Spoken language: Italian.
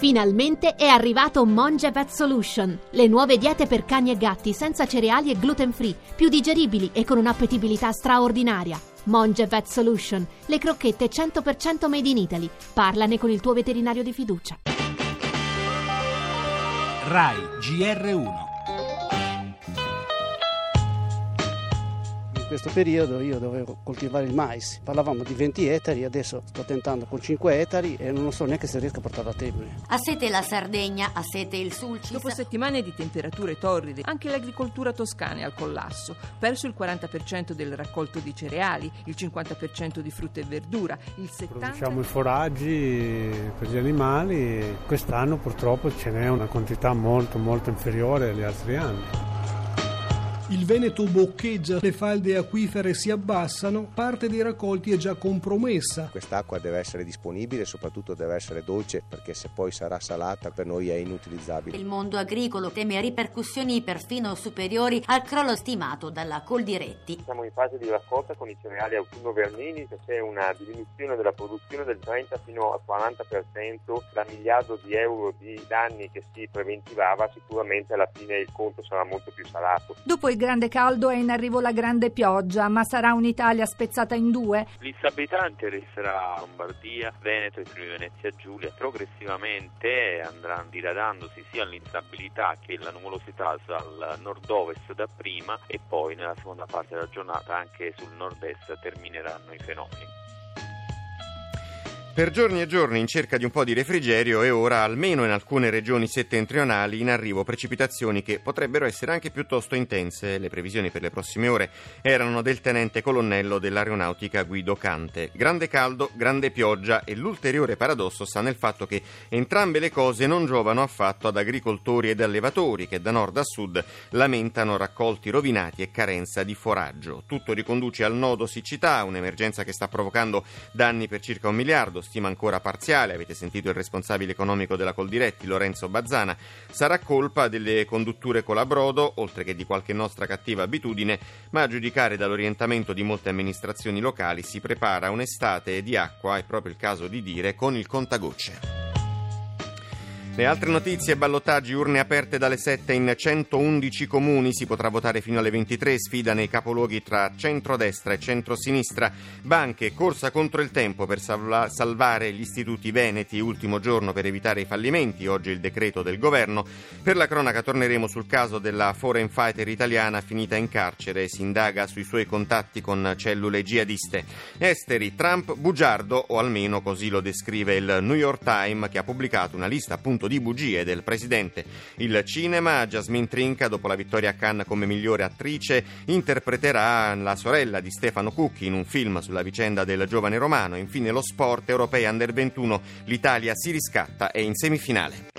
Finalmente è arrivato Monge Vet Solution, le nuove diete per cani e gatti senza cereali e gluten free, più digeribili e con un'appetibilità straordinaria. Monge Vet Solution, le crocchette 100% made in Italy. Parlane con il tuo veterinario di fiducia. Rai GR1. In questo periodo io dovevo coltivare il mais, parlavamo di 20 ettari, adesso sto tentando con 5 ettari e non so neanche se riesco a portarlo a termine. A sete la Sardegna, a sete il Sulcis. Dopo settimane di temperature torride, anche l'agricoltura toscana è al collasso. Perso il 40% del raccolto di cereali, il 50% di frutta e verdura, il 70%... Produciamo i foraggi per gli animali, quest'anno purtroppo ce n'è una quantità molto inferiore agli altri anni. Il Veneto boccheggia, le falde acquifere si abbassano, parte dei raccolti è già compromessa. Quest'acqua deve essere disponibile e soprattutto deve essere dolce, perché se poi sarà salata per noi è inutilizzabile. Il mondo agricolo teme ripercussioni perfino superiori al crollo stimato dalla Coldiretti. Siamo in fase di raccolta con i cereali autunno-vermini, che c'è una diminuzione della produzione del 30 fino al 40%, da $1 miliardo di danni che si preventivava, sicuramente alla fine il conto sarà molto più salato. Dopo il grande caldo è in arrivo la grande pioggia, ma sarà un'Italia spezzata in due? L'instabilità resterà Lombardia, Veneto e Friuli Venezia Giulia. Progressivamente andranno diradandosi sia l'instabilità che la nuvolosità dal nord-ovest dapprima, e poi nella seconda parte della giornata anche sul nord-est termineranno i fenomeni. Per giorni e giorni in cerca di un po' di refrigerio e ora, almeno in alcune regioni settentrionali, in arrivo precipitazioni che potrebbero essere anche piuttosto intense. Le previsioni per le prossime ore erano del tenente colonnello dell'aeronautica Guido Cante. Grande caldo, grande pioggia, e l'ulteriore paradosso sta nel fatto che entrambe le cose non giovano affatto ad agricoltori ed allevatori che da nord a sud lamentano raccolti rovinati e carenza di foraggio. Tutto riconduce al nodo siccità, un'emergenza che sta provocando danni per circa $1 miliardo, stima ancora parziale, avete sentito il responsabile economico della Coldiretti, Lorenzo Bazzana. Sarà colpa delle condutture colabrodo, oltre che di qualche nostra cattiva abitudine, ma a giudicare dall'orientamento di molte amministrazioni locali si prepara un'estate di acqua, è proprio il caso di dire, con il contagocce. Le altre notizie: ballottaggi, urne aperte dalle 7 in 111 comuni, si potrà votare fino alle 23, sfida nei capoluoghi tra centrodestra e centrosinistra, banche, corsa contro il tempo per salvare gli istituti veneti, ultimo giorno per evitare i fallimenti, oggi il decreto del governo. Per la cronaca torneremo sul caso della foreign fighter italiana finita in carcere, si indaga sui suoi contatti con cellule jihadiste. Esteri, Trump bugiardo, o almeno così lo descrive il New York Times, che ha pubblicato una lista appunto di bugie del presidente. Il cinema, Jasmine Trinca, dopo la vittoria a Cannes come migliore attrice, interpreterà la sorella di Stefano Cucchi in un film sulla vicenda del giovane romano. Infine lo sport, europei under 21, l'Italia si riscatta, è in semifinale.